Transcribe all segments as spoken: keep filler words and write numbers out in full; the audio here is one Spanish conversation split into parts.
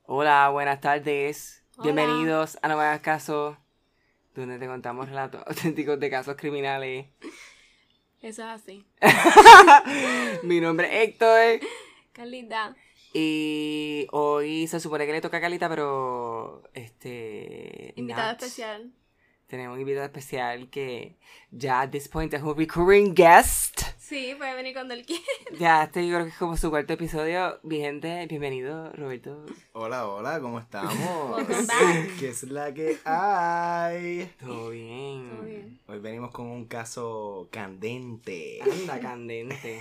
Hola, buenas tardes. Hola. Bienvenidos a No Me Hagas Caso, donde te contamos relatos auténticos de casos criminales. Eso es así. Mi nombre es Héctor Carlita. y hoy se supone que le toca a Carlita, pero este Invitada not. especial. Tenemos un invitado especial que ya at this point es un recurring guest. Sí, puede venir cuando él quiera. Ya este yo creo que es como su cuarto episodio. Mi gente, bienvenido, Roberto. Hola, hola, ¿cómo estamos? Welcome back. ¿Qué es la que hay? Todo bien. Todo bien. Hoy venimos con un caso candente. Anda, candente.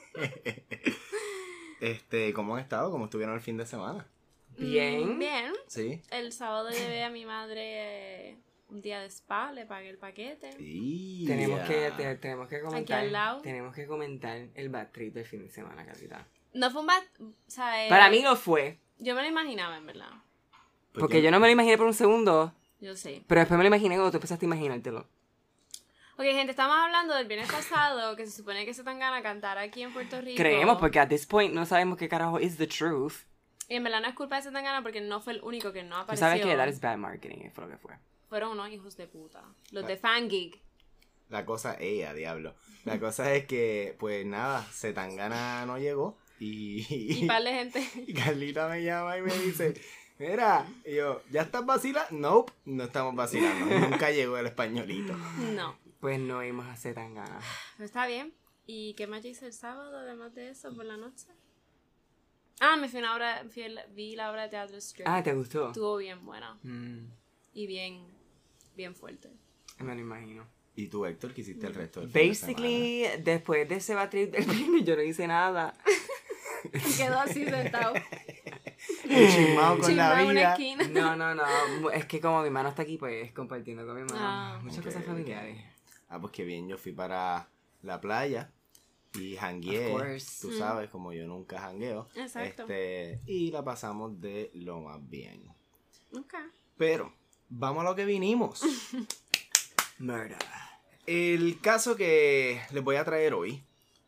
Este, ¿cómo han estado? ¿Cómo estuvieron el fin de semana? Bien. Mm, Bien. ¿Sí? El sábado llevé a mi madre eh, un día de spa, le pagué el paquete. Sí. Tenemos que, te- tenemos que comentar. al lado. Tenemos que comentar el bad trip del fin de semana, Carlita. No fue un bad, ¿sabes? Para mí lo fue. Yo me lo imaginaba, en verdad. Porque yo no me lo imaginé por un segundo, Yo sé. pero después me lo imaginé cuando tú empezaste a imaginártelo. Ok, gente, estamos hablando del viernes pasado, que se supone que se tan gana cantar aquí en Puerto Rico. Creemos, porque at this point no sabemos qué carajo is the truth. Y en verdad no es culpa de Zetangana porque no fue el único que no Tú apareció. sabes que that is bad marketing, fue lo que fue. Fueron unos hijos de puta. Los de Fangig. La cosa, ella, diablo. La cosa es que, pues nada, Zetangana no llegó y... Y par de gente. Y Carlita me llama y me dice, mira, y yo, ¿ya estás vacilando? Nope, no estamos vacilando. Nunca llegó el españolito. No. Pues no íbamos a hacer tan ganas. Pero está bien. ¿Y qué más yo hice el sábado, además de eso, por la noche? Ah, me fui a una obra, fui a- vi la obra de teatro Strip. Ah, ¿te gustó? Estuvo bien buena. Mm, Y bien, bien fuerte. me lo imagino. ¿Y tú, Héctor, qué hiciste el resto del fin de Basically, después de ese bad trip del viernes, yo no hice nada. Quedó así sentado. semana? Chismado con Chismado la en una vida. esquina. No, no, no. Es que como mi hermano está aquí, pues compartiendo con mi hermano. Ah. Muchas Ok, cosas ok. familiares. Ah, pues qué bien, yo fui para la playa y jangueé, Of course. tú Mm. sabes, como yo nunca jangueo. Exacto. Este, y la pasamos de lo más bien. Ok. Pero, vamos a lo que vinimos. Murder. El caso que les voy a traer hoy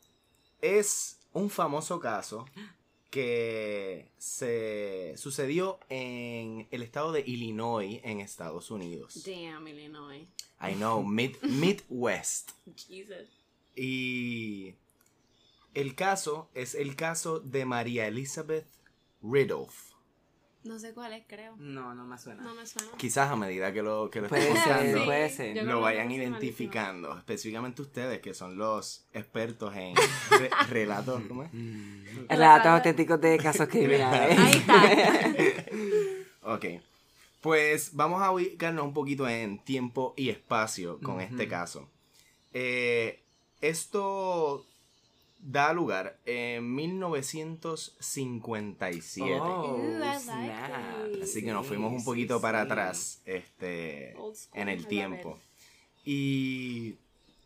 es un famoso caso que se sucedió en el estado de Illinois, en Estados Unidos. Damn, Illinois. I know, mid, Midwest. Jesus. Y el caso es el caso de María Elizabeth Ridulph. No sé cuál es, creo. No, no me suena. No me suena. Quizás a medida que lo, que lo Puede esté ser, contando, puede ser. Yo creo lo que vayan me parece identificando. Específicamente ustedes, que son los expertos en re- relatos. ¿Cómo es? Relatos auténticos de casos criminales. Ahí está. Ok. Pues vamos a ubicarnos un poquito en tiempo y espacio con Ujú. este caso. Eh, esto da lugar en mil novecientos cincuenta y siete. Oh, Ooh, I like snap. it. Así que nos Sí, fuimos un sí, poquito para sí. atrás este, Old school, en I el love tiempo. it. Y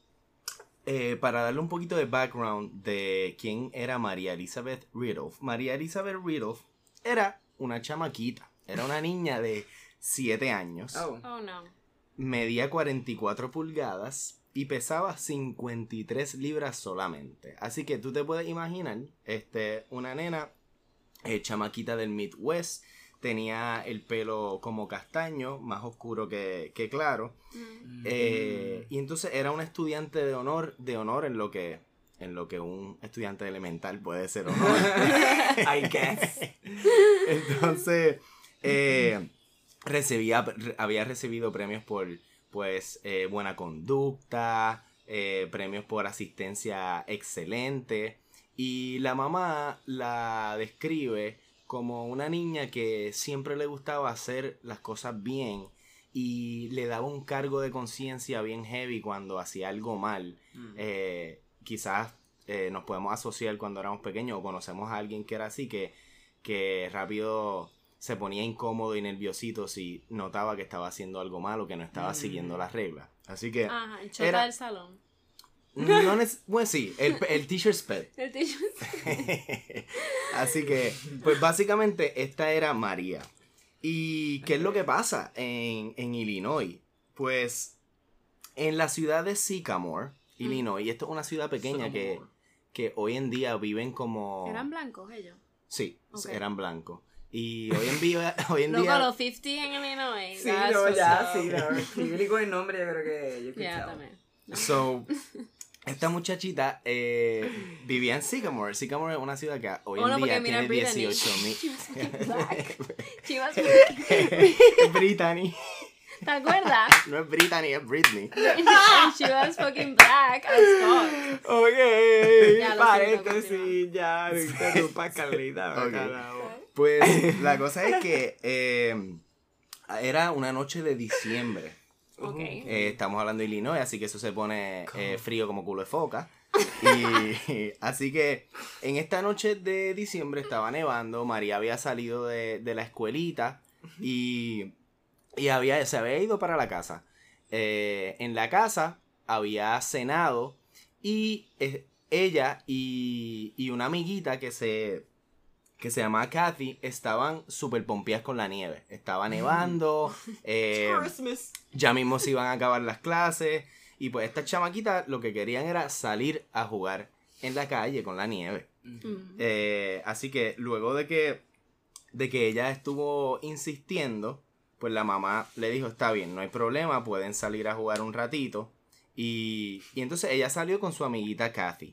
eh, para darle un poquito de background de quién era María Elizabeth Ridulph. María Elizabeth Ridulph era una chamaquita. Era una niña de siete años. Oh. Oh, no. Medía cuarenta y cuatro pulgadas y pesaba cincuenta y tres libras solamente. Así que tú te puedes imaginar, este, una nena eh, chamaquita del Midwest, tenía el pelo como castaño, más oscuro que, que claro. Mm. Eh, y entonces era una estudiante de honor, de honor en lo que, en lo que un estudiante elemental puede ser honor. I guess. Entonces, eh, recibía, re- había recibido premios por, pues, eh, buena conducta, eh, premios por asistencia excelente. Y la mamá la describe como una niña que siempre le gustaba hacer las cosas bien y le daba un cargo de conciencia bien heavy cuando hacía algo mal. Mm. Eh, quizás eh, nos podemos asociar cuando éramos pequeños o conocemos a alguien que era así, que, que rápido se ponía incómodo y nerviosito si notaba que estaba haciendo algo malo, que no estaba Mm. siguiendo las reglas. Así que, Ajá, el chota Era- del salón. no neces- bueno, sí, el, el teacher's pet. El teacher. Así que, pues básicamente esta era María. ¿Y qué es lo que pasa en, en Illinois? Pues en la ciudad de Sycamore, Illinois, esto es una ciudad pequeña que, que hoy en día viven como... ¿Eran blancos ellos? Sí, Ok. eran blancos. Y hoy en día, hoy en Loco, día los cincuenta en Illinois. Sí, that's no, what's ya, up. sí, no. Sí, con el nombre yo creo que yo he Ya, escuchado. también. So, esta muchachita eh, vivía en Sycamore. Sycamore es una ciudad que hoy Oh, no, en día porque mira tiene Brittany. dieciocho mil. She was fucking black. She was Brittany. ¿Te acuerdas? No es Brittany, es Britney. And she was fucking black as fuck. Ok, Ya, lo paréntesis, ya, no interrumpas, Carlita. Ok. carajo. Pues la cosa es que eh, era una noche de diciembre. Ok. Eh, estamos hablando de Illinois, así que eso se pone eh, frío como culo de foca. Y así que en esta noche de diciembre estaba nevando, María había salido de, de la escuelita y, y había, se había ido para la casa. Eh, en la casa había cenado y eh, ella y, y una amiguita que se, que se llamaba Kathy estaban súper pompeadas con la nieve. Estaba nevando, eh, Christmas. ya mismo se iban a acabar las clases. Y pues estas chamaquitas lo que querían era salir a jugar en la calle con la nieve. Mm. Eh, así que luego de que, de que ella estuvo insistiendo, pues la mamá le dijo, está bien, no hay problema, pueden salir a jugar un ratito. Y, y entonces ella salió con su amiguita Kathy.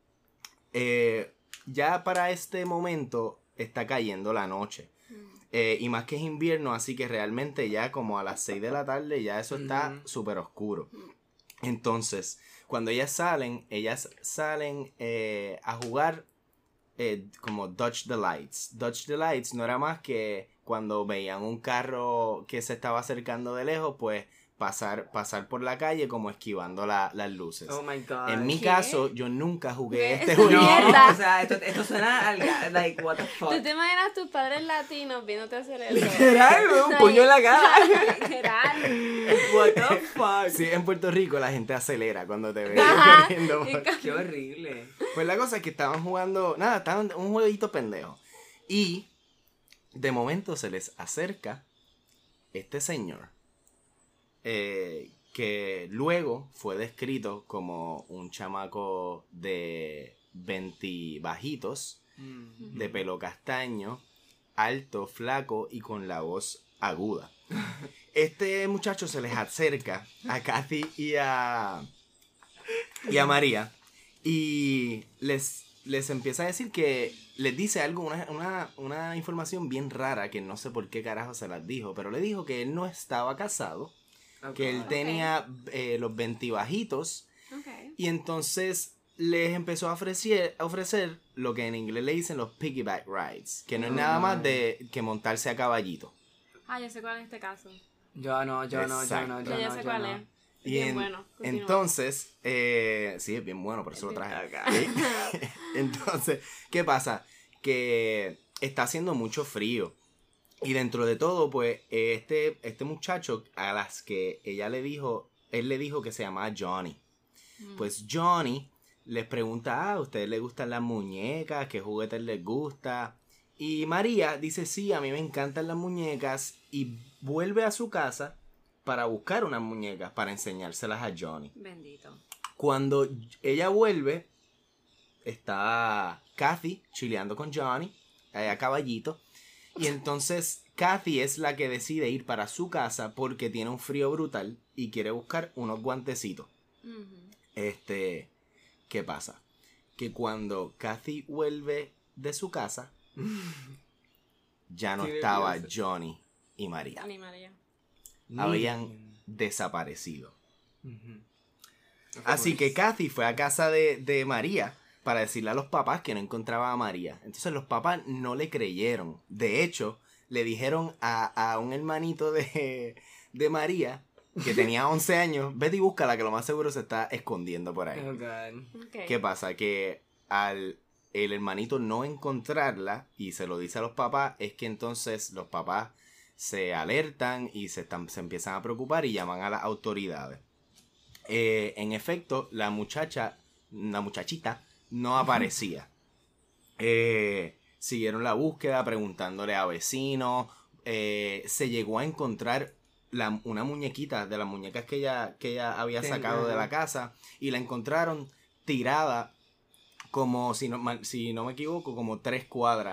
Eh, ya para este momento está cayendo la noche. Eh, y más que es invierno, así que realmente ya como a las seis de la tarde ya eso está Ujú. súper oscuro. Entonces, cuando ellas salen, ellas salen eh, a jugar eh, como Dodge the Lights. Dodge the Lights no era más que cuando veían un carro que se estaba acercando de lejos, pues pasar, pasar por la calle como esquivando la- las luces. Oh my god. En mi ¿Qué? caso, yo nunca jugué ¿Qué? este No. juego. Mierda. o sea, esto, esto suena al ga- like, what the fuck. ¿Tú te imaginas tus padres latinos viéndote hacer eso? Literal, güey, un puño en la cara. Literal. What the fuck. Sí, en Puerto Rico la gente acelera cuando te ve Ajá. corriendo Y por- ca- Qué horrible. Pues la cosa es que estaban jugando, nada, estaban un jueguito pendejo. Y de momento se les acerca este señor, eh, que luego fue descrito como un chamaco de veinte bajitos, Mm. de pelo castaño, alto, flaco y con la voz aguda. Este muchacho se les acerca a Kathy y a, y a María y les, les empieza a decir que les dice algo, una, una, una información bien rara que no sé por qué carajo se las dijo, pero le dijo que él no estaba casado, Oh, que él God. tenía eh, los veinte bajitos Ok. y entonces les empezó a ofrecer, a ofrecer lo que en inglés le dicen los piggyback rides, que no es Oh, nada no. más de que montarse a caballito. Ah, yo sé cuál es este caso. Yo no, yo no, yo no, Exacto. yo Yo ya no. sé yo cuál no. es. Y Bien en- bueno. Continúa. entonces, eh, sí, es bien bueno, por eso lo traje Acá. ¿sí? Entonces, ¿qué pasa? Que está haciendo mucho frío. Y dentro de todo, pues, este, este muchacho a las que ella le dijo, él le dijo que se llamaba Johnny. Mm. Pues Johnny les pregunta, ah, ¿a ustedes les gustan las muñecas? ¿Qué juguetes les gusta? Y María dice, sí, a mí me encantan las muñecas. Y vuelve a su casa para buscar unas muñecas para enseñárselas a Johnny. Bendito. Cuando ella vuelve, está Kathy chileando con Johnny, eh, a caballito. Y entonces Kathy es la que decide ir para su casa porque tiene un frío brutal y quiere buscar unos guantecitos. Ujú. Este, ¿qué pasa? Que cuando Kathy vuelve de su casa, ya no Qué estaba nerviosa. Johnny y María. Ni María. Habían desaparecido. Ujú. Así que Kathy fue a casa de, de María para decirle a los papás que no encontraba a María. Entonces los papás no le creyeron. De hecho, le dijeron a, a un hermanito de, de María, que tenía once años, vete y búscala, que lo más seguro se está escondiendo por ahí. Oh, God. Ok. ¿Qué pasa? Que al el hermanito no encontrarla y se lo dice a los papás, es que entonces los papás se alertan y se, están, se empiezan a preocupar y llaman a las autoridades. Eh, en efecto, la muchacha, la muchachita, no aparecía. Eh, siguieron la búsqueda preguntándole a vecinos. Eh, se llegó a encontrar la, una muñequita de las muñecas que ella, que ella había Ten- sacado de ajá. la casa y la encontraron tirada como, si no, mal- si no me equivoco, como tres cuadras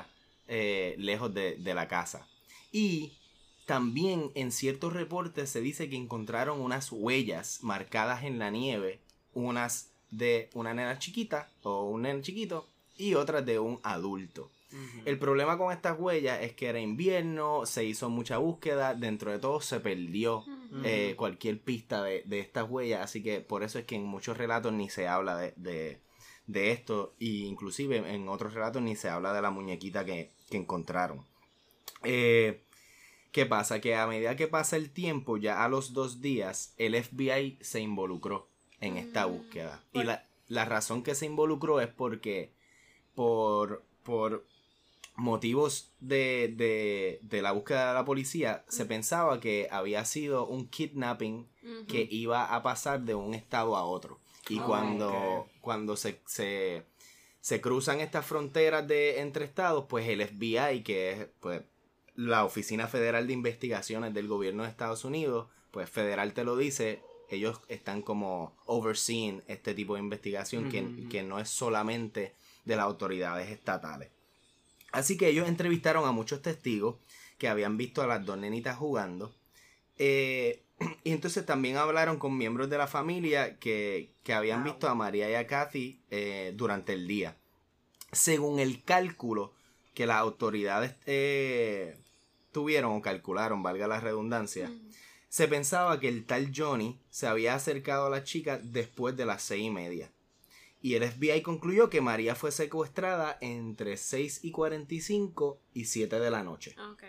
eh, lejos de, de la casa. Y también en ciertos reportes se dice que encontraron unas huellas marcadas en la nieve, unas de una nena chiquita o un nene chiquito y otras de un adulto. Ujú. El problema con estas huellas es que era invierno, se hizo mucha búsqueda, dentro de todo se perdió Ujú. eh, cualquier pista de, de estas huellas, así que por eso es que en muchos relatos ni se habla de, de, de esto, e inclusive en otros relatos ni se habla de la muñequita que, que encontraron. Eh, ¿Qué pasa? Que a medida que pasa el tiempo, ya a los dos días, el F B I se involucró en esta Mm. búsqueda. Por- Y la, la razón que se involucró es porque por, por motivos de, de, de la búsqueda de la policía, se Mm. pensaba que había sido un kidnapping Ujú. que iba a pasar de un estado a otro. Y Oh, cuando, ok. cuando se, se, se cruzan estas fronteras de, entre estados, pues el F B I, que es pues, la Oficina Federal de Investigaciones del Gobierno de Estados Unidos, pues federal te lo dice, ellos están como overseeing este tipo de investigación que, Ujú. que no es solamente de las autoridades estatales. Así que ellos entrevistaron a muchos testigos que habían visto a las dos nenitas jugando. Eh, y entonces también hablaron con miembros de la familia que, que habían Wow. visto a María y a Kathy eh, durante el día. Según el cálculo que las autoridades eh, tuvieron o calcularon, valga la redundancia, Ujú. se pensaba que el tal Johnny se había acercado a la chica después de las seis y media. Y el F B I concluyó que María fue secuestrada entre seis y cuarenta y cinco y siete de la noche. Ok.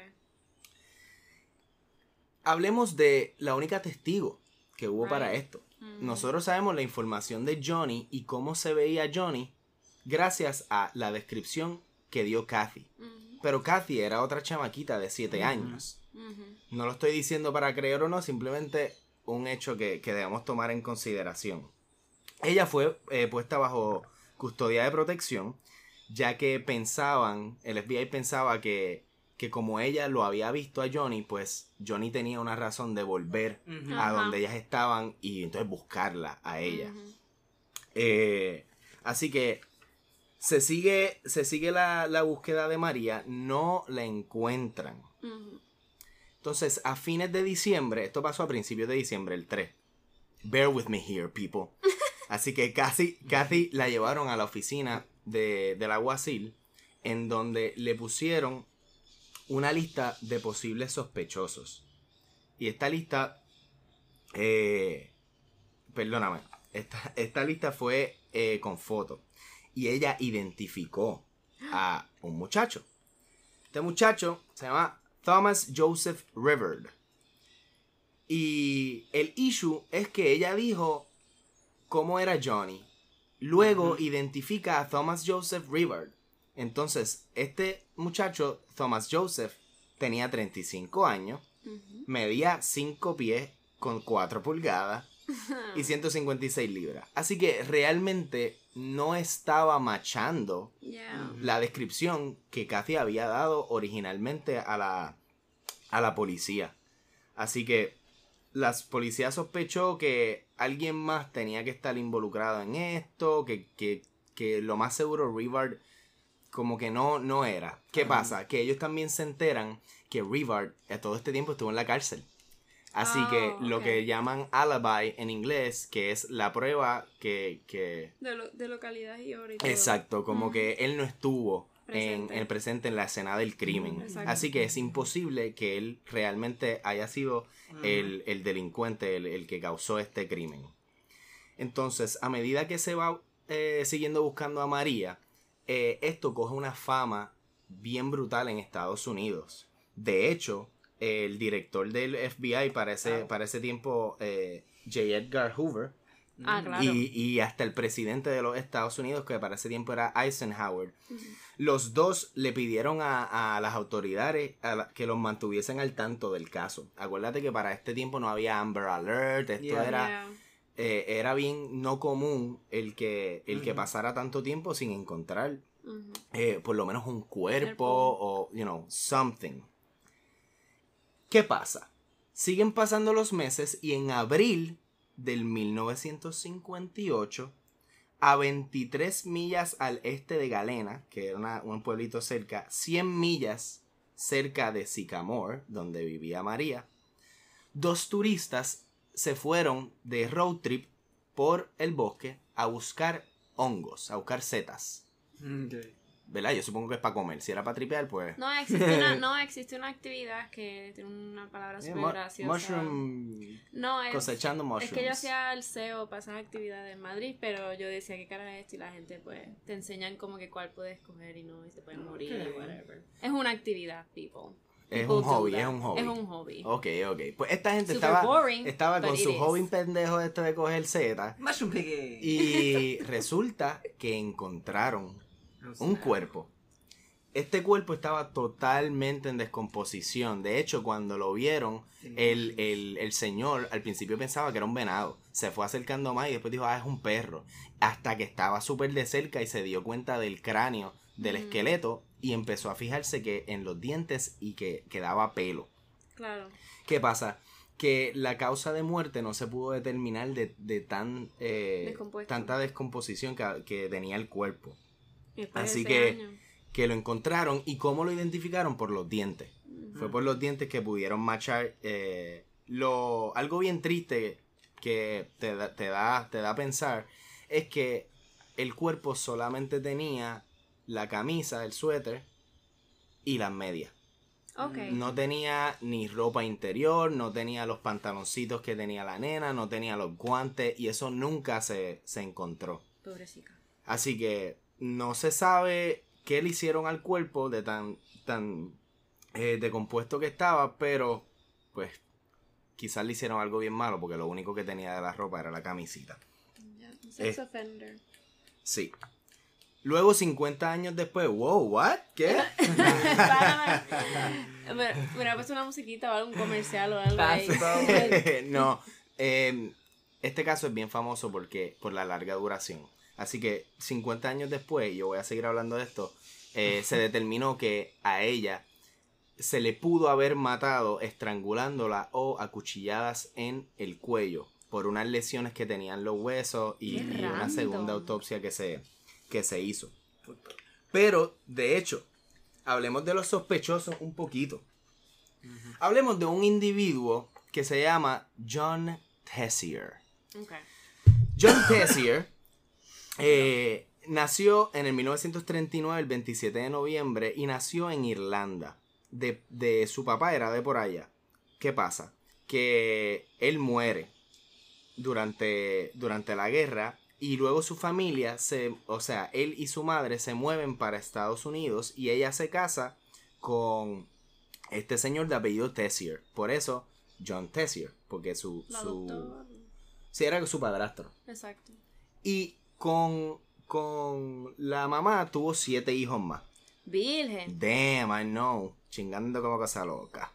Hablemos de la única testigo que hubo Right. para esto. Ujú. Nosotros sabemos la información de Johnny y cómo se veía Johnny gracias a la descripción que dio Kathy. Ujú. Pero Kathy era otra chamaquita de siete Ujú. años. Ujú. No lo estoy diciendo para creer o no, simplemente un hecho que, que debemos tomar en consideración. Ella fue eh, puesta bajo custodia de protección, ya que pensaban, el F B I pensaba que, que como ella lo había visto a Johnny, pues Johnny tenía una razón de volver Ujú. a Ajá. donde ellas estaban y entonces buscarla a ella. Ujú. Eh, así que se sigue, se sigue la, la búsqueda de María, no la encuentran. Ujú. Entonces, a fines de diciembre, esto pasó a principios de diciembre, el tres. Bear with me here, people. Así que Kathy, Kathy la llevaron a la oficina de, del alguacil, en donde le pusieron una lista de posibles sospechosos. Y esta lista, eh, perdóname, esta, esta lista fue eh, con fotos. Y ella identificó a un muchacho. Este muchacho se llama Thomas Joseph Rivard. Y el issue es que ella dijo cómo era Johnny. Luego Ujú. identifica a Thomas Joseph Rivard. Entonces, este muchacho, Thomas Joseph, tenía treinta y cinco años, Ujú. medía cinco pies con cuatro pulgadas y ciento cincuenta y seis libras. Así que realmente no estaba machando Yeah. la descripción que Kathy había dado originalmente a la, a la policía. Así que la policía sospechó que alguien más tenía que estar involucrado en esto, que, que, que lo más seguro Rivard como que no, no era. ¿Qué Ajá. pasa? Que ellos también se enteran que Rivard a todo este tiempo estuvo en la cárcel. Así Oh, que lo ok. que llaman alibi en inglés, que es la prueba que... que De, lo, de localidad y hora y todo. exacto, como Ujú. que él no estuvo Presente. en el presente en la escena del crimen. Ujú, exacto. Así que es imposible que él realmente haya sido el, el delincuente, el, el que causó este crimen. Entonces, a medida que se va eh, siguiendo buscando a María, eh, esto coge una fama bien brutal en Estados Unidos. De hecho, el director del F B I para ese, Wow. para ese tiempo, eh, J. Edgar Hoover, Ah, claro. y, y hasta el presidente de los Estados Unidos, que para ese tiempo era Eisenhower, Ujú. los dos le pidieron a, a las autoridades a la- que los mantuviesen al tanto del caso. Acuérdate que para este tiempo no había Amber Alert, esto Yeah. era, Yeah. eh, era bien no común el que, el que Ujú. pasara tanto tiempo sin encontrar Ujú. eh, por lo menos un cuerpo Cuerpo. o, you know, something. ¿Qué pasa? Siguen pasando los meses y en abril del mil novecientos cincuenta y ocho a veintitrés millas al este de Galena, que era una, un pueblito cerca, cien millas cerca de Sycamore, donde vivía María, dos turistas se fueron de road trip por el bosque a buscar hongos, a buscar setas. Okay. ¿Verdad? Yo supongo que es para comer. Si era para tripear, pues... No existe una, no existe una actividad que tiene una palabra Eh, súper mu- graciosa. mushroom... No, es, Cosechando es mushrooms. que yo hacía el S E O para esas actividades en Madrid, pero yo decía, ¿qué cara es esto? Y la gente, pues, te enseñan como que cuál puedes escoger y no, y se pueden morir Ok. y whatever. Es una actividad, people. Es People un do hobby, that. es un hobby. Es un hobby. Ok, ok. Pues esta gente Super estaba, boring, estaba but con it su is. hobby pendejo este de coger setas. Mushroom picking. Y resulta que encontraron un cuerpo. Este cuerpo estaba totalmente en descomposición. De hecho, cuando lo vieron, el, el, el señor al principio pensaba que era un venado. Se fue acercando más y después dijo, ah, es un perro. Hasta que estaba súper de cerca y se dio cuenta del cráneo, del Mm. esqueleto, y empezó a fijarse que en los dientes y que quedaba pelo. Claro. ¿Qué pasa? Que la causa de muerte no se pudo determinar de, de tan eh, Descompuesto. tanta descomposición que, que tenía el cuerpo. Y después Así de que- ese año. Que lo encontraron y cómo lo identificaron por los dientes. Ujú. Fue por los dientes que pudieron machar. eh, lo, algo bien triste que te da, te, da, te da a pensar es que el cuerpo solamente tenía la camisa, el suéter y las medias. Ok. No tenía ni ropa interior, no tenía los pantaloncitos que tenía la nena, no tenía los guantes y eso nunca se, se encontró. Pobrecita. Así que no se sabe qué le hicieron al cuerpo de tan, tan eh, decompuesto que estaba, pero pues quizás le hicieron algo bien malo porque lo único que tenía de la ropa era la camisita. Yeah. Sex Eh. offender. Sí. Luego, cincuenta años después, wow, ¿what? ¿Qué? Párame. Me hubiera puesto una musiquita o algún comercial o algo ahí. No, eh, este caso es bien famoso porque por la larga duración. Así que cincuenta años después, y yo voy a seguir hablando de esto, eh, se determinó que a ella se le pudo haber matado estrangulándola o acuchilladas en el cuello por unas lesiones que tenían los huesos y, Qué y una random. segunda autopsia que se, que se hizo. Pero, de hecho, hablemos de los sospechosos un poquito. Hablemos de un individuo que se llama John Tessier. Ok. John Tessier eh, nació en el mil novecientos treinta y nueve, el veintisiete de noviembre, y nació en Irlanda. De, de su papá era de por allá. ¿Qué pasa? Que él muere durante, durante la guerra y luego su familia, se, o sea, él y su madre se mueven para Estados Unidos y ella se casa con este señor de apellido Tessier. Por eso, John Tessier, porque su... La su doctora. sí, era su padrastro. Exacto. Y con, con la mamá tuvo siete hijos más. Virgen. Damn, I know. Chingando como cosa loca.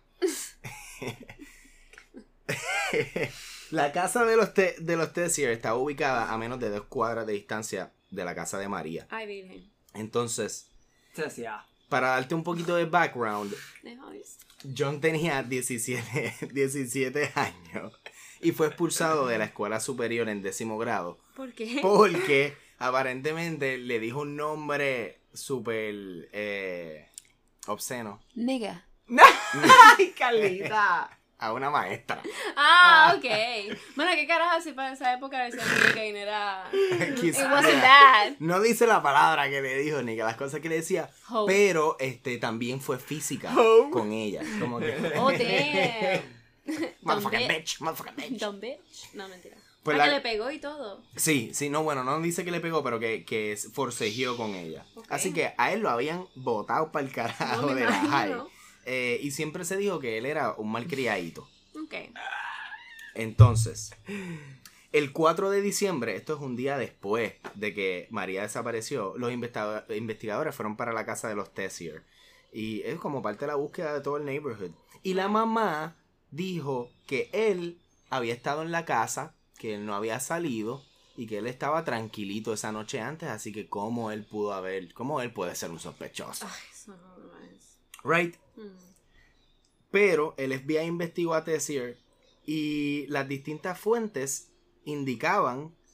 La casa de los, te- de los Tessier estaba ubicada a menos de dos cuadras de distancia de la casa de María. Ay, virgen. Entonces, Tesia. para darte un poquito de background, Deja esto. John tenía diecisiete, diecisiete años y fue expulsado de la escuela superior en décimo grado. ¿Por qué? Porque aparentemente le dijo un nombre súper eh, obsceno Nigga. ¡Ay, Carlita! a una maestra. Ah, ok. Bueno, ¿qué carajo si para esa época le decían nigga y no era... Quizás, It wasn't mira, that. no dice la palabra que le dijo ni que las cosas que le decía, Hoe. pero este también fue física Hoe. con ella. Como que, Oh, damn. motherfucking Dumb bitch, motherfucking bitch. Dumb bitch. No, mentira. Pues Ah, la- que le pegó y todo. Sí, sí, no, bueno, no dice que le pegó, pero que, que forcejeó con ella. Ok. Así que a él lo habían botado para el carajo No me de la high. imagino. Eh, y siempre se dijo que él era un malcriadito. Ok. Entonces, el cuatro de diciembre, esto es un día después de que María desapareció, los investiga- investigadores fueron para la casa de los Tessier. Y es como parte de la búsqueda de todo el neighborhood. Y la mamá dijo que él había estado en la casa, que él no había salido y que él estaba tranquilito esa noche antes, así que cómo él pudo haber, cómo él puede ser un sospechoso. Ay, eso no es. Right? Mm. Pero el F B I investigó a Tessier y las distintas fuentes indicaban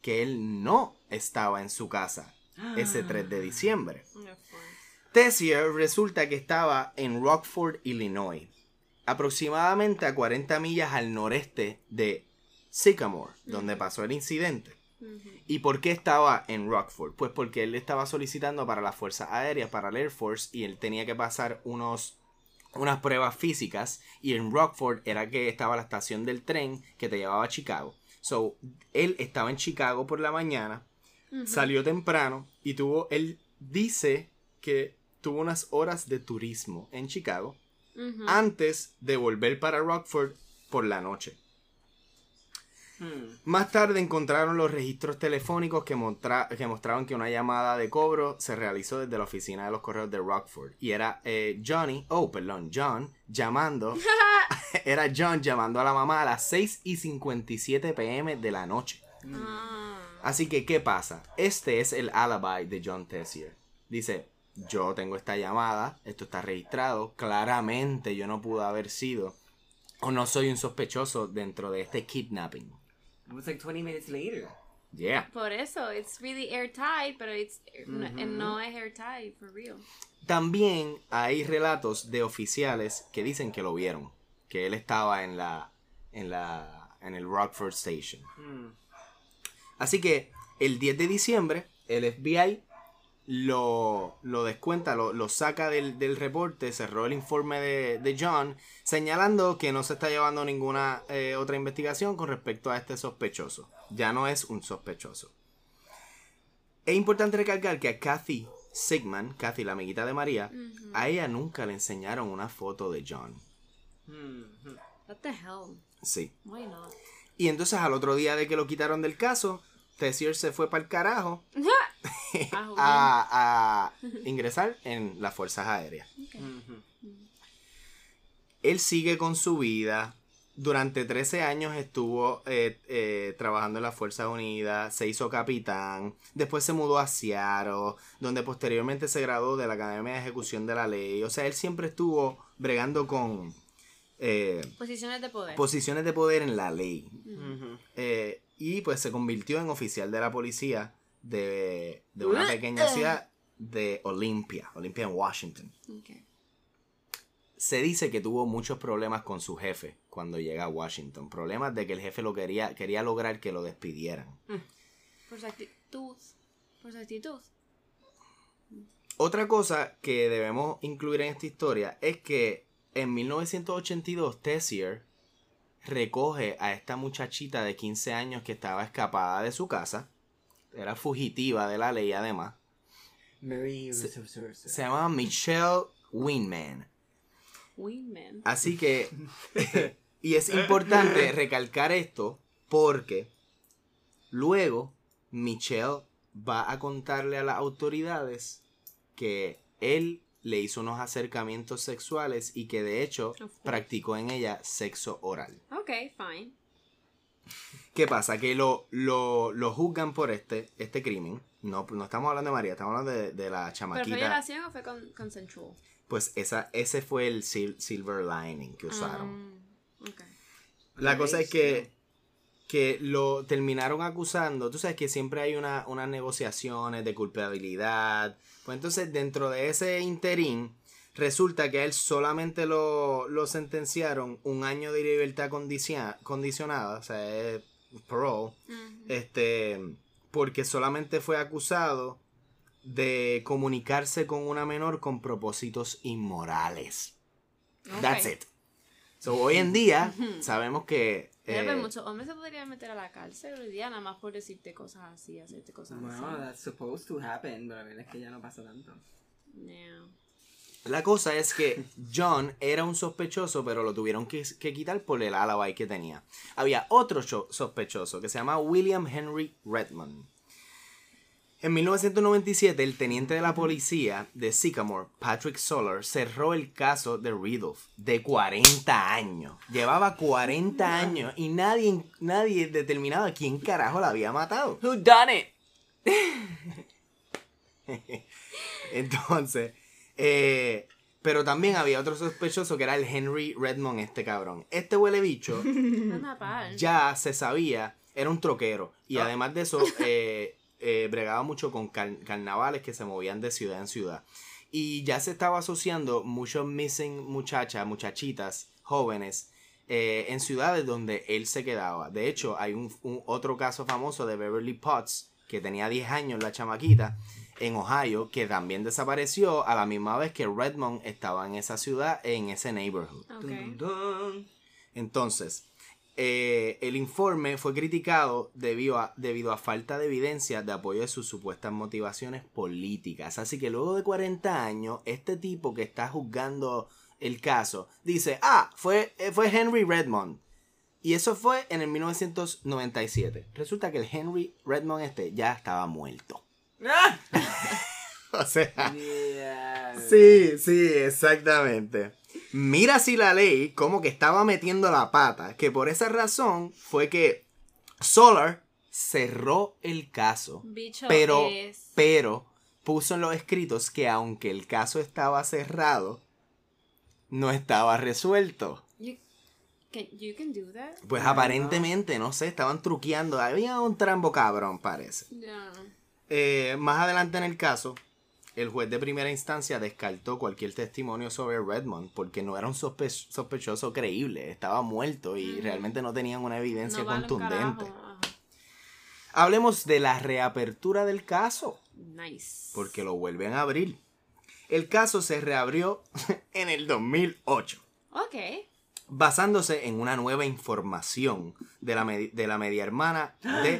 que él no estaba en su casa ese tres de diciembre. Of course. Tessier resulta que estaba en Rockford, Illinois, aproximadamente a cuarenta millas al noreste de Sycamore, donde pasó el incidente. Ujú. ¿Y por qué estaba en Rockford? Pues porque él estaba solicitando para las fuerzas aéreas, para el Air Force, y él tenía que pasar unos, unas pruebas físicas, y en Rockford era que estaba la estación del tren que te llevaba a Chicago. So, él estaba en Chicago por la mañana, Ujú. salió temprano, y tuvo, él dice que tuvo unas horas de turismo en Chicago, Ujú. antes de volver para Rockford por la noche. Hmm. Más tarde encontraron los registros telefónicos que, mostra- que mostraban que una llamada de cobro se realizó desde la oficina de los correos de Rockford. Y era eh, Johnny, oh, perdón, John, llamando, era John llamando a la mamá a las seis y cincuenta y siete pm de la noche. Ah. Así que, ¿qué pasa? Este es el alibi de John Tessier. Dice, yo tengo esta llamada, esto está registrado, claramente yo no pude haber sido, o no soy un sospechoso dentro de este kidnapping. It was like twenty minutes later. Yeah. Por eso, it's really airtight, pero it's, no, Ujú. no es airtight, for real. También hay relatos de oficiales que dicen que lo vieron, que él estaba en la en la en el Rockford Station. Hmm. Así que el diez de diciembre el F B I lo, lo descuenta, lo, lo saca del, del reporte, cerró el informe de, de John, señalando que no se está llevando ninguna eh, otra investigación con respecto a este sospechoso. Ya no es un sospechoso. Es importante recalcar que a Kathy Sigman, Kathy la amiguita de María, Ujú. a ella nunca le enseñaron una foto de John. Hmm. Hmm. What the hell? Sí. Why not? Y entonces al otro día de que lo quitaron del caso, Tessier se fue para el carajo Ah, a, a ingresar en las fuerzas aéreas. Okay. Mhm. Él sigue con su vida. Durante trece años estuvo eh, eh, trabajando en las Fuerzas Unidas, se hizo capitán, después se mudó a Seattle, donde posteriormente se graduó de la Academia de Ejecución de la Ley. O sea, él siempre estuvo bregando con eh, Posiciones de poder. posiciones de poder en la ley. Mhm. Eh, y pues se convirtió en oficial de la policía de, de una pequeña ciudad de Olympia, Olympia en Washington. Okay. Se dice que tuvo muchos problemas con su jefe cuando llega a Washington. Problemas de que el jefe lo quería, quería lograr que lo despidieran. Por su actitud. Por su actitud. Otra cosa que debemos incluir en esta historia es que en mil novecientos ochenta y dos Tessier recoge a esta muchachita de quince años que estaba escapada de su casa. Era fugitiva de la ley además. Mary Se- Russo- Russo. Se llamaba Michelle Winman. Wingman. Así que, y es importante recalcar esto porque luego Michelle va a contarle a las autoridades que él le hizo unos acercamientos sexuales y que de hecho course. practicó en ella sexo oral. Okay, fine. ¿Qué pasa? Que lo, lo, lo juzgan por este, este crimen. No, no estamos hablando de María, estamos hablando de, de la ¿Pero chamaquita. fue violación o fue con, consensual? Pues esa, ese fue el sil- silver lining que usaron. Ah, okay. La Ok, cosa es que, que lo terminaron acusando. Tú sabes que siempre hay una, unas negociaciones de culpabilidad. Pues entonces dentro de ese interín resulta que a él solamente lo, lo sentenciaron un año de libertad condicia- condicionada. O sea, es parole. Ujú. Este, porque solamente fue acusado de comunicarse con una menor con propósitos inmorales. That's Okay. it. So, hoy en día sabemos que Mira, eh, pero muchos hombres se podrían meter a la cárcel hoy día nada más por decirte cosas así, hacerte cosas Bueno, así. that's supposed to happen, pero la verdad es que ya no pasa tanto. No. la cosa es que John era un sospechoso, pero lo tuvieron que, que quitar por el alibi que tenía. Había otro cho- sospechoso que se llama William Henry Redmond. En mil novecientos noventa y siete, el teniente de la policía de Sycamore, Patrick Soller, cerró el caso de Ridulph, de cuarenta años. Llevaba cuarenta años y nadie, nadie determinaba quién carajo la había matado. Who done it? Entonces, eh, pero también había otro sospechoso que era el Henry Redmond, este cabrón. Este huele bicho Anda pal. ya se sabía. era un troquero. Y Ah. además de eso, eh, eh, bregaba mucho con car- carnavales que se movían de ciudad en ciudad. Y ya se estaba asociando muchos missing muchachas, muchachitas, jóvenes, eh, en ciudades donde él se quedaba. De hecho, hay un, un otro caso famoso de Beverly Potts, que tenía diez años la chamaquita, en Ohio, que también desapareció a la misma vez que Redmond estaba en esa ciudad, en ese neighborhood. Ok. Dun, dun, dun. Entonces, eh, el informe fue criticado debido a, debido a falta de evidencia de apoyo de sus supuestas motivaciones políticas. Así que luego de cuarenta años, este tipo que está juzgando el caso dice, ah, fue, eh, fue Henry Redmond. Y eso fue en el mil novecientos noventa y siete. Resulta que el Henry Redmond este ya estaba muerto. ¡Ah! O sea... Yeah. Sí, sí, exactamente. Mira si la ley como que estaba metiendo la pata, que por esa razón fue que Solar cerró el caso, Bicho pero, es... pero puso en los escritos que aunque el caso estaba cerrado, no estaba resuelto. You can, you can do that? Pues Ay, aparentemente, no sé, estaban truqueando, había un trambo cabrón, parece. Yeah. Eh, más adelante en el caso, el juez de primera instancia descartó cualquier testimonio sobre Redmond porque no era un sospe- sospechoso creíble, estaba muerto y Ujú. realmente no tenían una evidencia No vale un contundente. carajo. Ajá. Hablemos de la reapertura del caso, Nice. porque lo vuelven a abrir. El caso se reabrió en el dos mil ocho, Ok. basándose en una nueva información de la, medi- de la media hermana de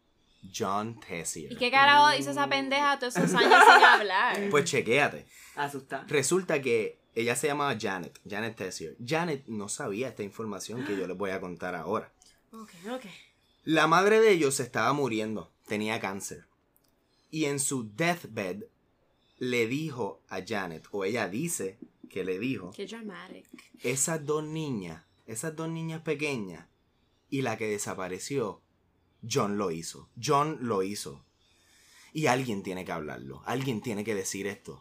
John Tessier. ¿Y qué carajo hizo esa pendeja todos esos años sin hablar? Pues chequéate. Asusta. Resulta que ella se llamaba Janet, Janet Tessier. Janet no sabía esta información que yo les voy a contar ahora. Ok, ok. La madre de ellos se estaba muriendo, tenía cáncer. Y en su deathbed le dijo a Janet, o ella dice que le dijo, Qué dramatic. esas dos niñas, esas dos niñas pequeñas, y la que desapareció, John lo hizo. John lo hizo. Y alguien tiene que hablarlo, alguien tiene que decir esto.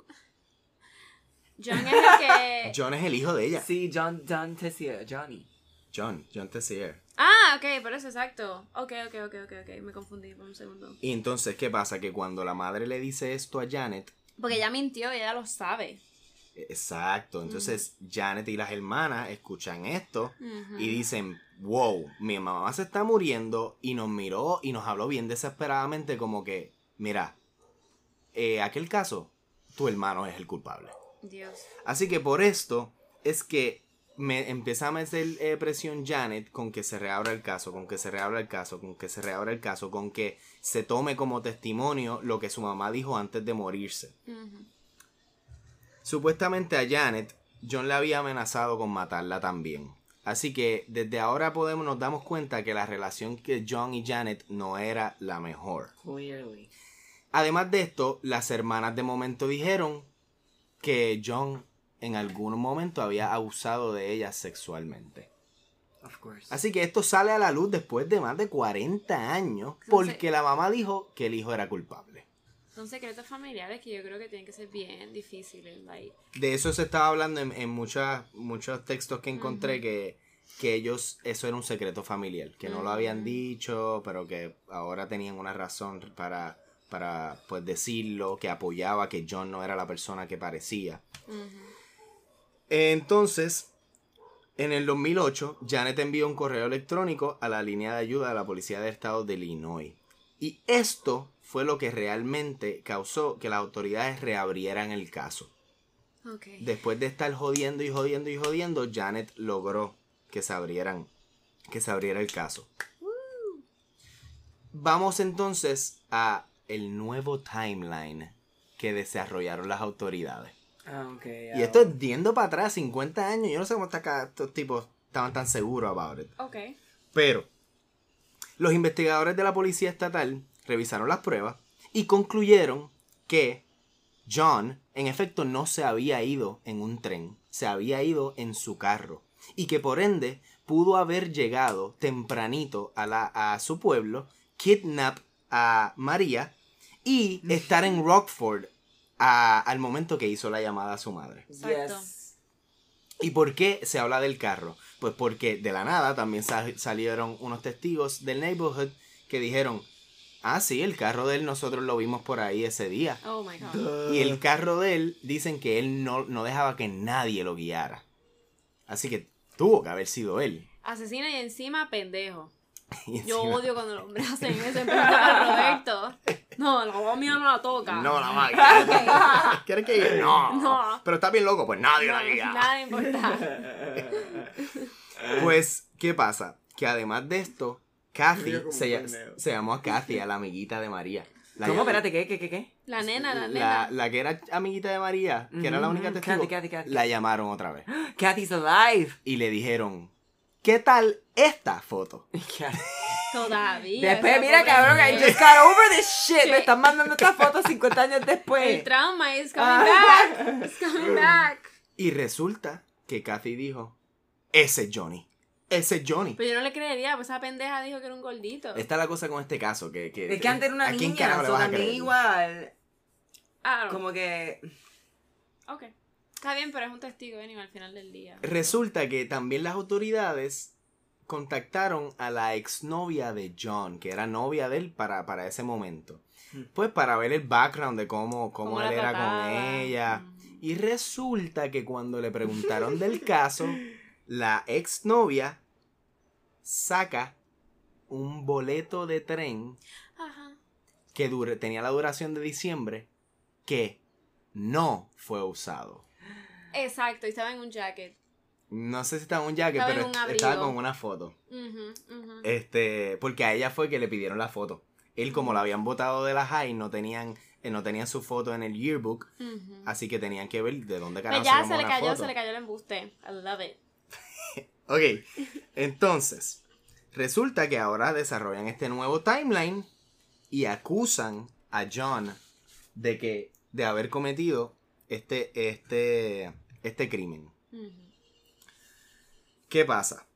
John es el que... John es el hijo de ella. Sí, John, John Tessier, Johnny. John, John Tessier. Ah, ok, por eso, exacto. Ok, ok, ok, ok, ok. Me confundí por un segundo. Y entonces, ¿qué pasa? Que cuando la madre le dice esto a Janet, Porque ella mintió y ella lo sabe. exacto, entonces Janet y las hermanas escuchan esto Ujú. y dicen, wow, mi mamá se está muriendo, y nos miró y nos habló bien desesperadamente como que, mira, eh, aquel caso, tu hermano es el culpable. Dios. Así que por esto es que me empieza a meter eh, presión Janet con que se reabra el caso, con que se reabra el caso, con que se reabra el caso, con que se tome como testimonio lo que su mamá dijo antes de morirse. Ujú. Supuestamente a Janet, John le había amenazado con matarla también. Así que desde ahora podemos nos damos cuenta que la relación que John y Janet no era la mejor. Clearly. Además de esto, las hermanas de momento dijeron que John en algún momento había abusado de ellas sexualmente. Of course. Así que esto sale a la luz después de más de cuarenta años porque la mamá dijo que el hijo era culpable. Son secretos familiares que yo creo que tienen que ser bien difíciles. Like. De eso se estaba hablando en, en muchas, muchos textos que encontré, Ujú. que, que ellos, eso era un secreto familiar, que no lo habían Mm. dicho, pero que ahora tenían una razón para, para pues decirlo, que apoyaba que John no era la persona que parecía. Ujú. Entonces, en el dos mil ocho, Janet envió un correo electrónico a la línea de ayuda de la Policía del Estado de Illinois. Y esto fue lo que realmente causó que las autoridades reabrieran el caso. Ok. Después de estar jodiendo y jodiendo y jodiendo, Janet logró que se abrieran, que se abriera el caso. Vamos entonces a el nuevo timeline que desarrollaron las autoridades. Ah, ok. Y esto es yendo para atrás, cincuenta años. Yo no sé cómo está acá, estos tipos estaban tan seguros about it. Ok. Pero los investigadores de la policía estatal revisaron las pruebas y concluyeron que John, en efecto, no se había ido en un tren, se había ido en su carro. Y que por ende pudo haber llegado tempranito a, la, a su pueblo, kidnap a María y estar en Rockford a- al momento que hizo la llamada a su madre. Exacto. Yes. ¿Y por qué se habla del carro? Pues porque de la nada también sa- salieron unos testigos del neighborhood que dijeron, ah, sí, el carro de él nosotros lo vimos por ahí ese día. Oh my God. Y el carro de él, dicen que él no, no dejaba que nadie lo guiara. Así que tuvo que haber sido él. Asesina y encima pendejo. Y Yo encima- odio cuando los hombres hacen ese pendejo a Roberto. No, la mamá mía no la toca. No, la va. ¿Quieres que guíe? No. No. Pero está bien loco, pues nadie No, la guía. nada importa. Pues, ¿qué pasa? Que además de esto, Kathy, Mira como se, un lla- torneo. se llamó a Kathy, a la amiguita de María. La ¿Cómo? llamó- Espérate, ¿qué, qué, qué, qué? La nena, la La, nena. la que era amiguita de María, que era la única Ujú, testigo, Kathy, Kathy, Kathy. la llamaron otra vez. Kathy's alive. Y le dijeron, ¿qué tal esta foto? Todavía. Después, esa mira, pobre cabrón, I mujer. just got over this shit. Sí. Me están mandando estas fotos cincuenta años después. El trauma is coming Ah. back. It's coming back. Y resulta que Kathy dijo, ese es Johnny. Ese es Johnny. Pero yo no le creería, pues esa pendeja dijo que era un gordito. Esta es la cosa con este caso. Que, que, Es que antes era una ¿a quién niña, carajo le so vas a también creer? igual. Ah, no. Como que... Ok. Está bien, pero es un testigo, anyway, al final del día. Resulta que también las autoridades contactaron a la exnovia de John, que era novia de él para, para ese momento. Hmm. Pues para ver el background de cómo, cómo, ¿Cómo él la era trataba? con ella. Mm. Y resulta que cuando le preguntaron del caso, la exnovia saca un boleto de tren Ajá. que dure- tenía la duración de diciembre que no fue usado. Exacto, y estaba en un jacket. No sé si estaba en un jacket, Estaba en pero un est- abrigo. estaba con una foto. Ujú, ujú. Este, porque a ella fue que le pidieron la foto. Él, como la habían votado de la high, no tenían, eh, no tenían su foto en el yearbook, Ujú. así que tenían que ver de dónde Pues carajo ya sacamos se le una cayó, foto. se le cayó el embuste. I love it. Ok, entonces, resulta que ahora desarrollan este nuevo timeline y acusan a John de que, de haber cometido este, este, este crimen. Ujú. ¿Qué pasa?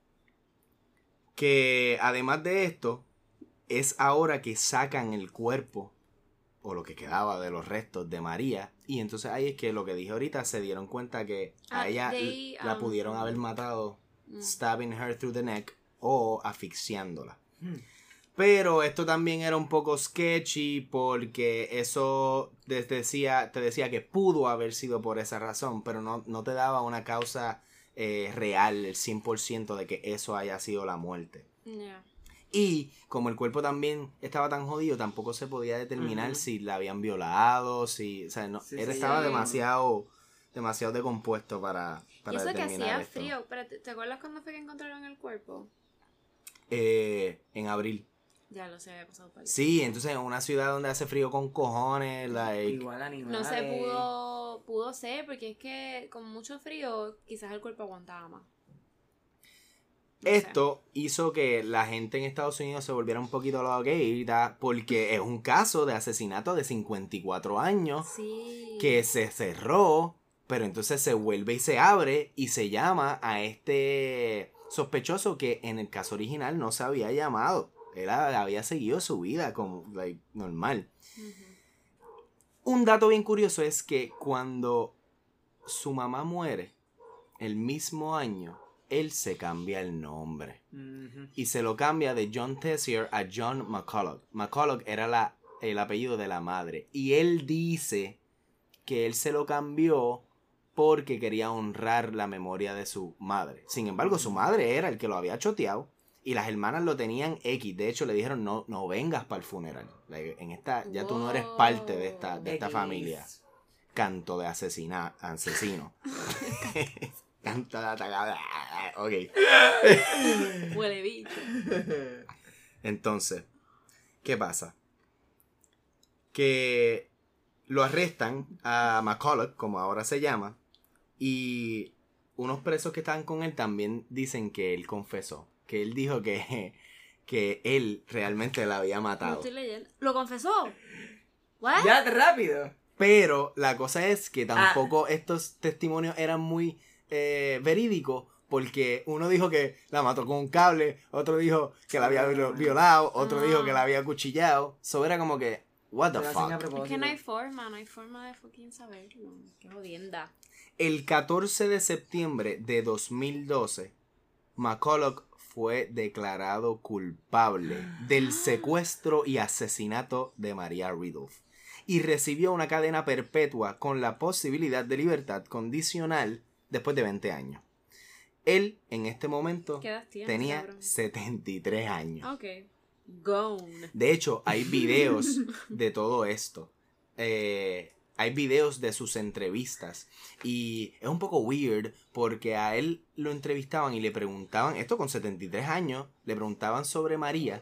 Que además de esto, es ahora que sacan el cuerpo, o lo que quedaba de los restos de María, y entonces ahí es que lo que dije ahorita, se dieron cuenta que a Ah, ella they, la um, pudieron haber matado Mm. stabbing her through the neck o asfixiándola. Hmm. Pero esto también era un poco sketchy porque eso te decía, te decía que pudo haber sido por esa razón, pero no, no te daba una causa eh, real, el cien por ciento de que eso haya sido la muerte. Yeah. Y como el cuerpo también estaba tan jodido, tampoco se podía determinar Ujú. si la habían violado, si, o sea, no, Sí, él sí. estaba Sí. demasiado, demasiado decompuesto para, Y para eso que determinar hacía esto. frío. Espérate, ¿te acuerdas cuándo fue que encontraron el cuerpo? Eh, en abril. Ya lo sé, había pasado por ahí. Sí, entonces en una ciudad donde hace frío con cojones, like, Igual animales. No se pudo, pudo ser, porque es que con mucho frío quizás el cuerpo aguantaba más. No sé. esto hizo que la gente en Estados Unidos se volviera un poquito loquita porque es un caso de asesinato de cincuenta y cuatro años Sí. que se cerró, pero entonces se vuelve y se abre y se llama a este sospechoso que en el caso original no se había llamado. Él había seguido su vida como like, normal. Ujú. Un dato bien curioso es que cuando su mamá muere, el mismo año, él se cambia el nombre. Ujú. Y se lo cambia de John Tessier a John McCulloch. McCulloch era la, el apellido de la madre. Y él dice que él se lo cambió porque quería honrar la memoria de su madre. Sin embargo, su madre era el que lo había choteado. Y las hermanas lo tenían X. De hecho, le dijeron, no, no vengas para el funeral. Like, en esta, ya tú no eres parte de esta, de esta X. familia. Canto de asesina, asesino. Canto de atacada. Ok. Huele bicho. Entonces, ¿qué pasa? Que lo arrestan a McCulloch, como ahora se llama, y unos presos que estaban con él también dicen que él confesó, que él dijo que, que él realmente la había Lo matado. estoy leyendo. ¿Lo confesó? ¿What? Ya, rápido. Pero la cosa es que tampoco Ah. estos testimonios eran muy eh, verídicos, porque uno dijo que la mató con un cable, otro dijo que la había viol- violado, otro Ah. dijo que la había cuchillado. So era como que, what the Pero hacen a fuck. Es propósito. que no hay forma, no hay forma de fucking saberlo. Qué jodienda. El catorce de septiembre de dos mil doce, McCulloch fue declarado culpable del secuestro y asesinato de Maria Ridulph y recibió una cadena perpetua con la posibilidad de libertad condicional después de veinte años. Él, en este momento, ¿Qué edad tiene, tenía cabrón? setenta y tres años. Ok. Gone. De hecho, hay videos de todo esto. Eh, hay videos de sus entrevistas. Y es un poco weird porque a él lo entrevistaban y le preguntaban, esto con setenta y tres años, le preguntaban sobre María.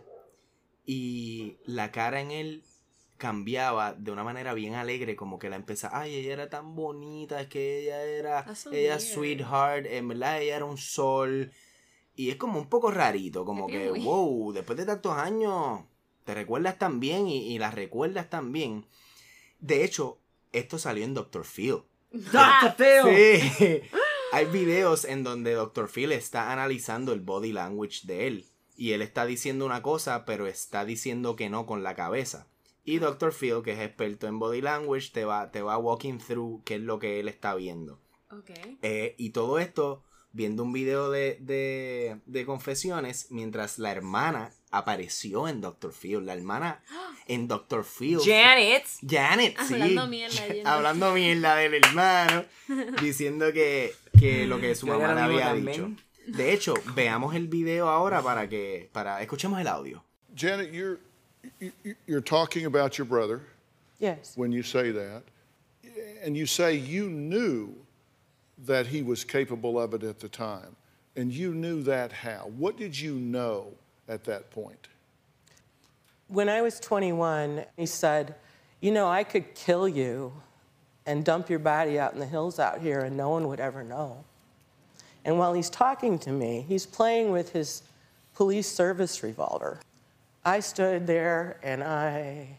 Y la cara en él cambiaba de una manera bien alegre, como que la empezaba, ay, ella era tan bonita, es que ella era, That's so ella weird. sweetheart, en verdad ella era un sol. Y es como un poco rarito, como Es que, bien weird. wow, después de tantos años, te recuerdas tan bien y, y las recuerdas tan bien. De hecho, esto salió en doctor Phil. ¡Doctor Phil! Sí. Hay videos en donde doctor Phil está analizando el body language de él. Y él está diciendo una cosa, pero está diciendo que no con la cabeza. Y doctor Phil, que es experto en body language, te va, te va walking through qué es lo que él está viendo. Ok. Eh, y todo esto viendo un video de, de, de confesiones mientras la hermana apareció en doctor Phil. La hermana en doctor Phil. Janet. Janet, sí. Hablando mierda. yendo. Hablando mierda del hermano. Diciendo que, que lo que su Yo mamá era le lo mismo había también. dicho. De hecho, veamos el video ahora para que... para escuchemos el audio. Janet, you're, you- you're talking about your brother Yes. when you say that, and you say you knew that he was capable of it at the time, and you knew that how? What did you know at that point? When I was twenty-one, he said, you know, I could kill you and dump your body out in the hills out here and no one would ever know. And while he's talking to me, he's playing with his police service revolver. I stood there and I,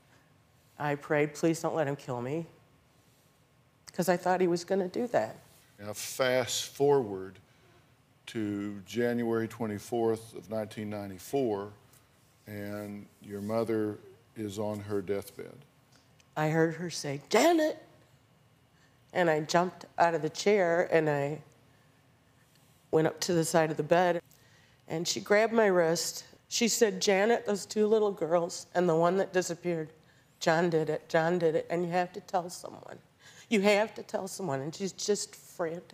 I prayed, please don't let him kill me, because I thought he was going to do that. Now, fast forward to January twenty-fourth of nineteen ninety-four, and your mother is on her deathbed. I heard her say, Janet! And I jumped out of the chair and I went up to the side of the bed and she grabbed my wrist. She said, Janet, those two little girls and the one that disappeared, John did it, John did it, and you have to tell someone. You have to tell someone. And she's just frantic.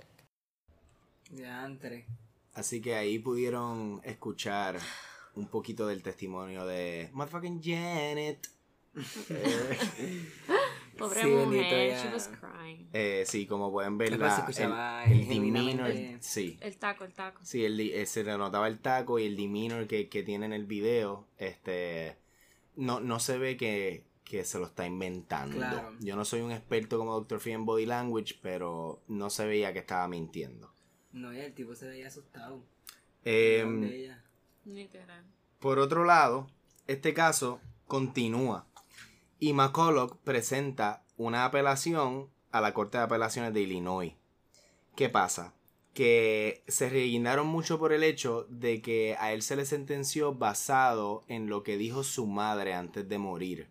Diantre. Así que ahí pudieron escuchar un poquito del testimonio de motherfucking Janet. Eh, Pobre Sí, bendito, mujer. ya. She was crying. eh, sí, como pueden ver, Después se la, escuchaba el, el genuinamente. demeanor, sí, El taco, el taco. sí, el, di- eh, se le notaba el taco y el demeanor que, que tiene en el video, este, no, no se ve que, que se lo está inventando. Claro. Yo no soy un experto como doctor Phil en body language, pero no se veía que estaba mintiendo. No, y el tipo se veía asustado. Em, De ella. Literal. Por otro lado, este caso continúa y McCulloch presenta una apelación a la Corte de Apelaciones de Illinois. ¿Qué pasa? Que se reguindaron mucho por el hecho de que a él se le sentenció basado en lo que dijo su madre antes de morir.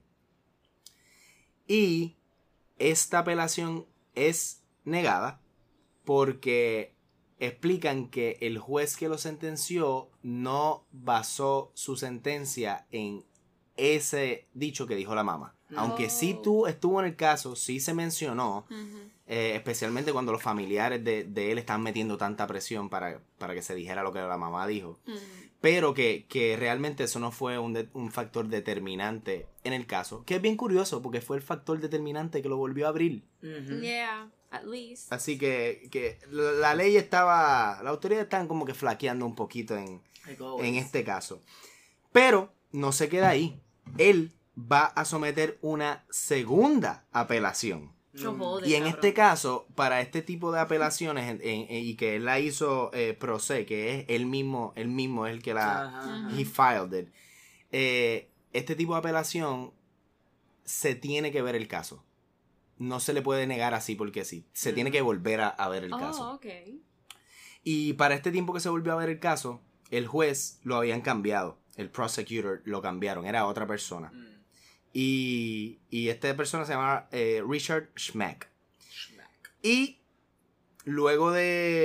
Y esta apelación es negada porque explican que el juez que lo sentenció no basó su sentencia en ese dicho que dijo la mamá. Aunque sí tú, estuvo en el caso, sí se mencionó, eh, especialmente cuando los familiares de, de él estaban metiendo tanta presión para, para que se dijera lo que la mamá dijo. Pero que, que realmente eso no fue un, de- un factor determinante en el caso. Que es bien curioso porque fue el factor determinante que lo volvió a abrir. Yeah, at least. Así que, que la la ley estaba, la autoridad están como que flaqueando un poquito en, en este caso. Pero no se queda ahí. Él va a someter una segunda apelación. No jodes, Y en cabrón. este caso, para este tipo de apelaciones en- en- en- y que él la hizo eh, pro se, que es él mismo, él mismo es el que la Ajá. he filed it. Eh, este tipo de apelación se tiene que ver el caso. No se le puede negar así porque sí. Se tiene que volver a, a ver el caso. Oh, ok. Y para este tiempo que se volvió a ver el caso, el juez lo habían cambiado. El prosecutor lo cambiaron. Era otra persona. Y, y esta persona se llama eh, Richard Schmack. Y luego de,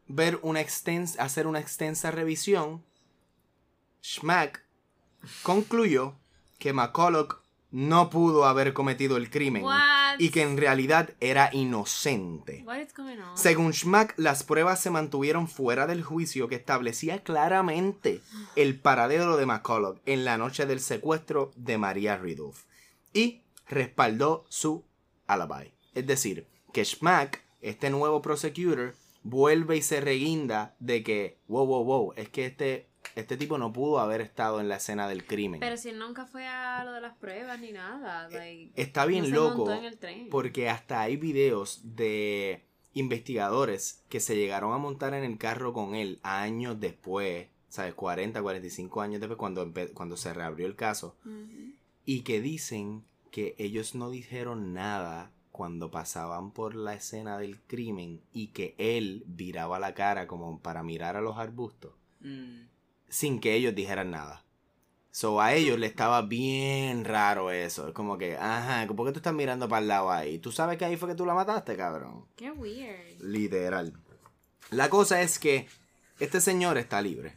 ver una extensa, hacer una extensa revisión, Schmack concluyó que McCulloch no pudo haber cometido el crimen What? y que en realidad era inocente. What is going on? Según Schmack, las pruebas se mantuvieron fuera del juicio que establecía claramente el paradero de McCulloch en la noche del secuestro de Maria Ridulph y respaldó su alibi. Es decir, que Schmack, este nuevo prosecutor, vuelve y se reguinda de que, wow, wow, wow, es que este, este tipo no pudo haber estado en la escena del crimen. Pero si él nunca fue a lo de las pruebas ni nada. Like, Está bien no se loco, montó en el tren. porque hasta hay videos de investigadores que se llegaron a montar en el carro con él años después, ¿sabes? cuarenta, cuarenta y cinco años después, cuando, empe- cuando se reabrió el caso, Ujú. y que dicen que ellos no dijeron nada cuando pasaban por la escena del crimen y que él viraba la cara como para mirar a los arbustos Mm. sin que ellos dijeran nada. So a ellos le estaba bien raro eso. Es como que, ajá, ¿por qué tú estás mirando para el lado ahí? ¿Tú sabes que ahí fue que tú la mataste, cabrón? Qué weird. Literal. La cosa es que este señor está libre.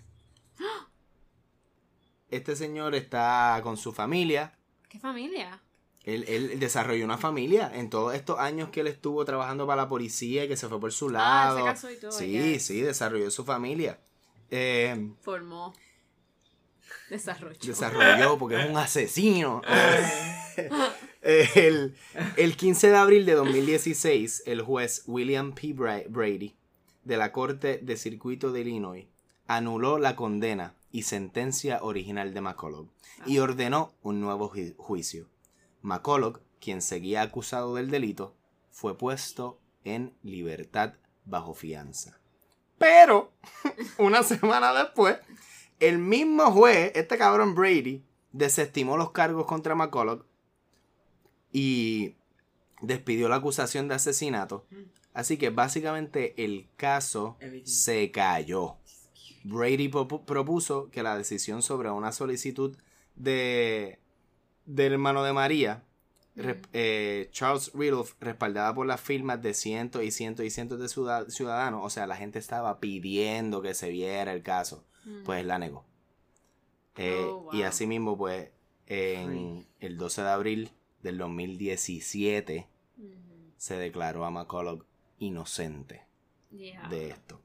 Este señor está con su familia. ¿Qué familia? Él, él desarrolló una familia en todos estos años que él estuvo trabajando para la policía y que se fue por su Ah, lado. se casó y todo, Sí, ya. sí, desarrolló su familia. Eh, Formó. Desarrolló. desarrolló porque es un asesino. el, el quince de abril de dos mil dieciséis, el juez William P. Bra- Brady de la Corte de Circuito de Illinois anuló la condena y sentencia original de McCulloch y ordenó un nuevo ju- juicio. McCulloch, quien seguía acusado del delito, fue puesto en libertad bajo fianza. Pero, una semana después, el mismo juez, este cabrón Brady, desestimó los cargos contra McCulloch y despidió la acusación de asesinato. Así que básicamente el caso se cayó. Brady propu- propuso que la decisión sobre una solicitud de del hermano de María, re- eh, Charles Ridulph, respaldada por las firmas de cientos y cientos y cientos de ciudad- ciudadanos, o sea, la gente estaba pidiendo que se viera el caso, pues la negó. Eh, Oh, wow. Y asimismo, pues, en el doce de abril del dos mil diecisiete Ujú. se declaró a McCulloch inocente Yeah. de esto.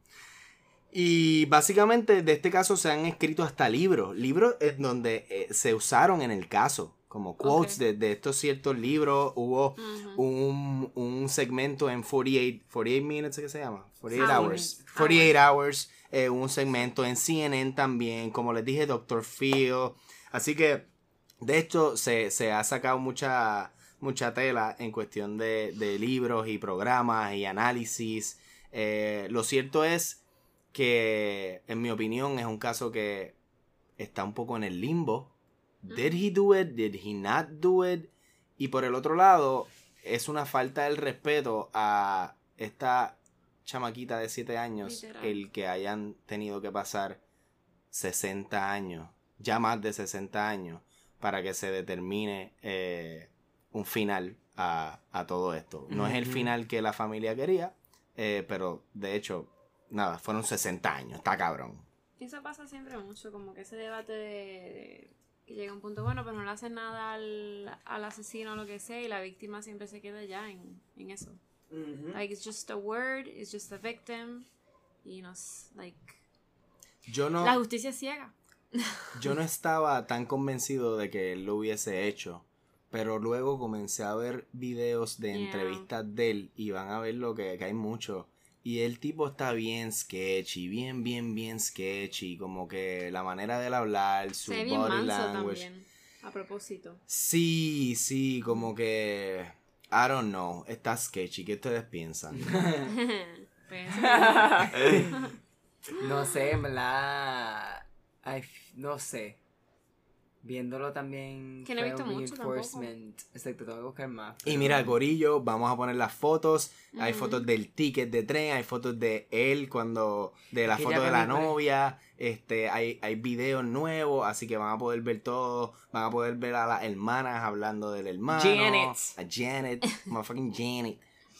Y básicamente de este caso se han escrito hasta libros, libros en donde eh, se usaron en el caso, como quotes Ok. de, de estos ciertos libros. Hubo Ujú. un, un segmento en cuarenta y ocho, cuarenta y ocho minutes, ¿qué se llama? cuarenta y ocho Hours. hours. cuarenta y ocho hours, eh, un segmento en C N N también, como les dije, doctor Phil. Así que, de hecho, se, se ha sacado mucha, mucha tela en cuestión de, de libros y programas y análisis. Eh, lo cierto es que, en mi opinión, es un caso que está un poco en el limbo. Did he do it? Did he not do it? Y por el otro lado, es una falta del respeto a esta chamaquita de siete años, Literal. el que hayan tenido que pasar sesenta años, ya más de sesenta años, para que se determine eh, un final a, a todo esto. No es el Ujú. final que la familia quería, eh, pero de hecho, nada, fueron sesenta años, está cabrón. Eso pasa siempre mucho, como que ese debate de, de que llega un punto, bueno, pero no le hacen nada al, al asesino o lo que sea, y la víctima siempre se queda ya en, en eso. Like, it's just a word, it's just a victim, y no es, like, Yo no... la justicia es ciega. Yo no estaba tan convencido de que él lo hubiese hecho, pero luego comencé a ver videos de Yeah. entrevistas de él y van a ver lo que, que hay mucho. Y el tipo está bien sketchy, bien, bien, bien sketchy, como que la manera de él hablar, su Se ve bien body manso language. también, a propósito. Sí, sí, como que... I don't know, está sketchy, ¿qué ustedes piensan? Pues, No sé, en verdad. Ay, no sé. Viéndolo también. Que no he fue visto un mucho tampoco. reinforcement. Exacto, tengo que buscar más. Y pero- mira, Corillo, vamos a poner las fotos. Hay Ujú. fotos del ticket de tren, hay fotos de él cuando, de la Que foto ya de la película. novia, este, hay, hay videos nuevos, así que van a poder ver todo, van a poder ver a las hermanas hablando del hermano, Janet. a Janet, motherfucking Janet.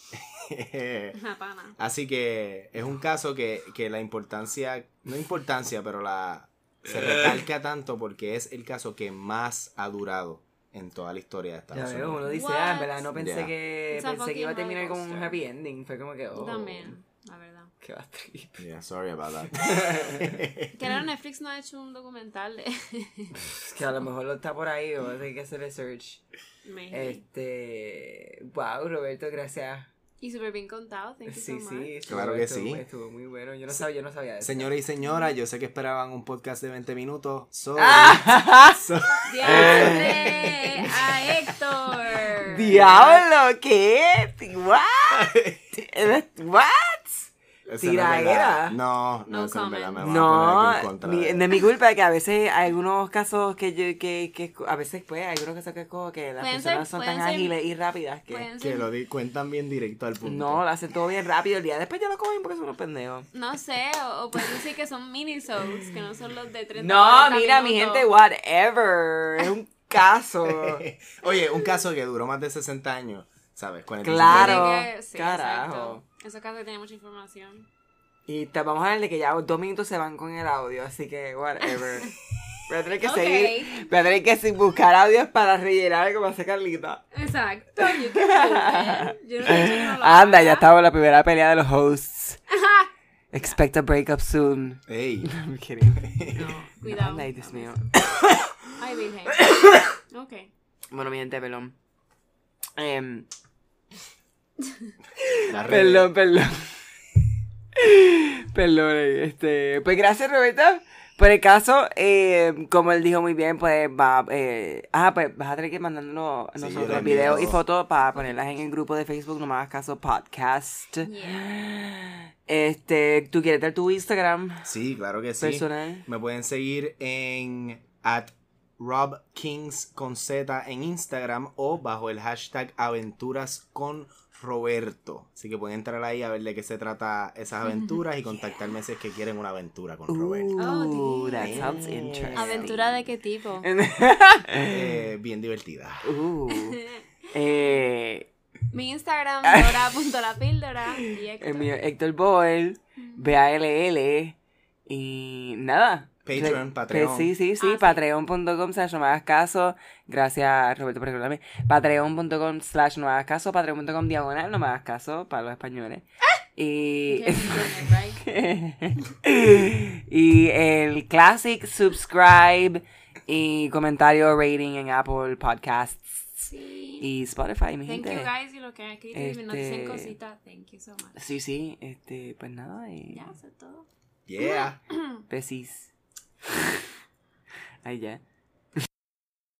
Una pana. Así que es un caso que, que la importancia, no importancia, pero la se recalca tanto porque es el caso que más ha durado en toda la historia de Estados Ya Unidos. veo, uno dice, What? ah, en verdad no pensé Yeah. que It's a pensé que iba a fucking terminar con un rollercoaster. happy ending. Fue como que, oh. Yo también, la verdad. Qué va trip. Yeah, sorry about that. Que ahora Netflix no ha hecho un documental de... Que a lo mejor lo está por ahí o hay que hacer el search. Maybe. Este. Wow, Roberto, gracias. Y súper bien contado, thank you Sí, so sí, much. estuvo- Claro que estuvo- sí. Estuvo muy bueno. Yo no sabía, yo no sabía eso. Señores y señoras, yo sé que esperaban un podcast de veinte minutos. Sorry. ¡Ah! So- ¡Diablo! ¡A Héctor! ¡Diablo! ¿Qué? ¿What? ¿What? Eso no es verdad. Tiraera. No, no, No eso no es verdad. Me comment. van a poner No, aquí en contra ni- de- de mi culpa que a veces hay algunos casos que yo, que, que a veces pues hay algunos casos que es como que las Pueden personas ser- son pueden tan ser- ágiles y rápidas que Pueden Que ser- lo di- cuentan bien directo al punto. no, lo hacen todo bien rápido el día después ya lo comen porque son unos pendejos. No sé, o, o puedes decir que son minisodes, que no son los de treinta No, cuarenta mira, mi minutos. gente, whatever. Es un caso. Oye, un caso que duró más de sesenta años, ¿sabes? cuarenta y cinco Claro. Tiene que- sí, carajo. exacto. Esos casos que tienen mucha información. Y te vamos a darle que ya dos minutos se van con el audio, así que whatever. Voy a tener que Ok. seguir. Voy a tener que seguir- buscar audios para rellenar como hace Carlita. Exacto, you can do it. Yo no he dicho que no lo Anda, haga. ya estaba en la primera pelea de los hosts. Expect a breakup soon. Ey. I'm kidding. No, cuidado. Anda, ay, Dios mío. Ay, virgen. Ok. Bueno, mi gente, perdón. Em, La red- perdón, perdón. Perdón, este. Pues gracias, Roberta, por el caso. Eh, como él dijo muy bien, pues va. Eh, ah, pues vas a tener que mandárnoslo a Sí, nosotros yo le videos envío. y fotos para ponerlas en el grupo de Facebook. No me hagas caso, podcast. Yeah. Este, ¿tú quieres dar tu Instagram Sí, claro que sí. personal? Me pueden seguir en at Rob Kings con Z en Instagram o bajo el hashtag aventuras con Roberto. Así que pueden entrar ahí a ver de qué se trata esas aventuras y contactarme si es que quieren una aventura con Roberto. Uh, Oh, that damn. sounds interesting. ¿Aventura de qué tipo? Eh, bien divertida. Uh, eh, Mi Instagram, dora.lapíldora. Y Héctor. el mío, Héctor Boyle, B A L L. Y nada. Patreon, Re- Patreon. Sí, sí, sí. Ah, sí. Patreon punto com slash no me hagas caso. Gracias, Roberto, por recordarme. Patreon punto com slash no me hagas caso. Patreon punto com diagonal no me hagas caso para los españoles. Y. Okay, you're doing it right. y el classic subscribe y comentario rating en Apple Podcasts Sí. y Spotify, mi Thank gente. you guys y lo que han escrito y nos dicen Este- cositas. Thank you so much. Sí, sí, este, pues nada, y Ya, eso es todo. Yeah. besis. Ahí ya.